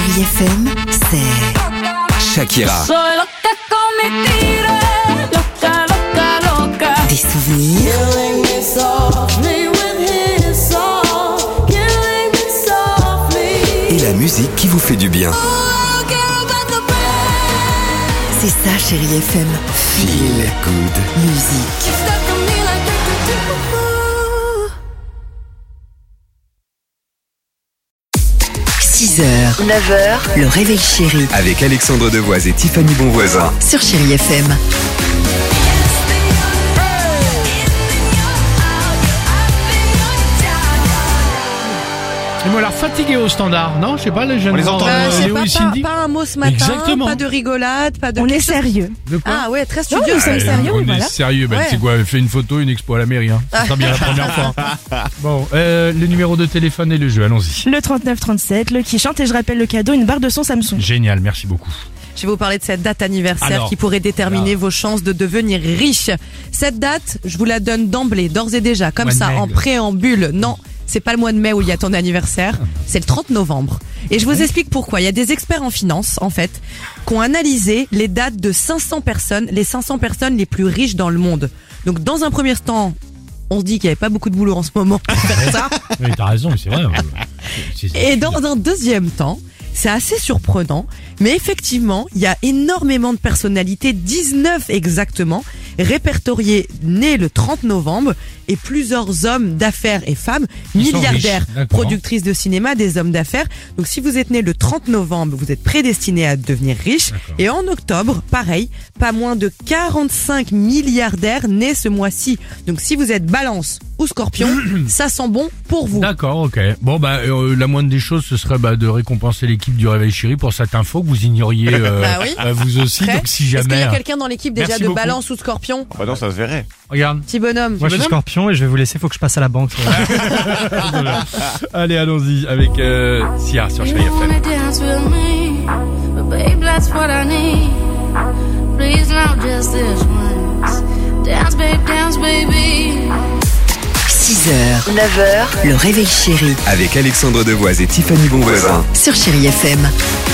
Chérie FM, c'est Shakira. Soy loca con mi tigre, loca, loca, loca. des souvenirs, Killing me softly with his song, killing me softly. Et la musique qui vous fait du bien. Oh, I don't care about the bad. c'est ça Chérie FM. Feel good. Musique. You stuck on me like do. 6h, 9h, le réveil chéri Avec Alexandre Devoise et Tiffany Bonvoisin. sur Chérie FM. Ils m'ont l'air fatigués au standard, non? Je sais pas, les jeunes. On les entend. Léo et Cindy. Pas un mot ce matin, Exactement. pas de rigolade, pas de... On est quelque chose- sérieux. De quoi? Ah ouais, très studieux. nous sommes sérieux, on voilà. est sérieux, ben Ouais. c'est quoi? Fais une photo, une expo à la mairie, hein. Ça sera bien la première fois. Bon, le numéro de téléphone et le jeu, allons-y. Le 3937, le qui chante et je rappelle le cadeau, une barre de son Samsung. Génial, merci beaucoup. Je vais vous parler de cette date anniversaire Alors, qui pourrait déterminer vos chances de devenir riche. Cette date, je vous la donne d'emblée, d'ores et déjà, comme Mois de ça, mai. en préambule. Non, c'est pas le mois de mai où il y a ton anniversaire, c'est le 30 novembre. Et je vous explique pourquoi. Il y a des experts en finance, en fait, qui ont analysé les dates de 500 personnes, les 500 personnes les plus riches dans le monde. Donc, dans un premier temps, on se dit qu'il n'y avait pas beaucoup de boulot en ce moment pour faire ça. Oui, t'as raison, mais c'est vrai. Et dans un deuxième temps, c'est assez surprenant, mais effectivement, il y a énormément de personnalités, 19 exactement, répertoriées nées le 30 novembre, et plusieurs hommes d'affaires et femmes, Ils sont milliardaires, riches, d'accord. productrices de cinéma, des hommes d'affaires. Donc si vous êtes né le 30 novembre, vous êtes prédestiné à devenir riche. D'accord. Et en octobre, pareil, pas moins de 45 milliardaires nés ce mois-ci. Donc si vous êtes Balance ou Scorpion, ça sent bon pour vous. D'accord, ok. Bon, la moindre des choses, ce serait de récompenser l'équipe du Réveil Chéri pour cette info que vous ignoriez Bah oui. vous aussi. Prêt Donc si Est-ce qu'il y jamais... a quelqu'un dans l'équipe déjà Merci de beaucoup. Balance ou Scorpion? Bah non, ça se verrait. Regarde. Petit bonhomme. Moi je suis Scorpion et je vais vous laisser, faut que je passe à la banque. Allez, allons-y avec Sia sur Chérie You wanna FM. dance with me, but babe, that's what I need. Please, not just this once. Dance, baby. 6h, 9h, le réveil chéri Avec Alexandre Devoise et Tiffany Bonvoisin. sur Chérie FM.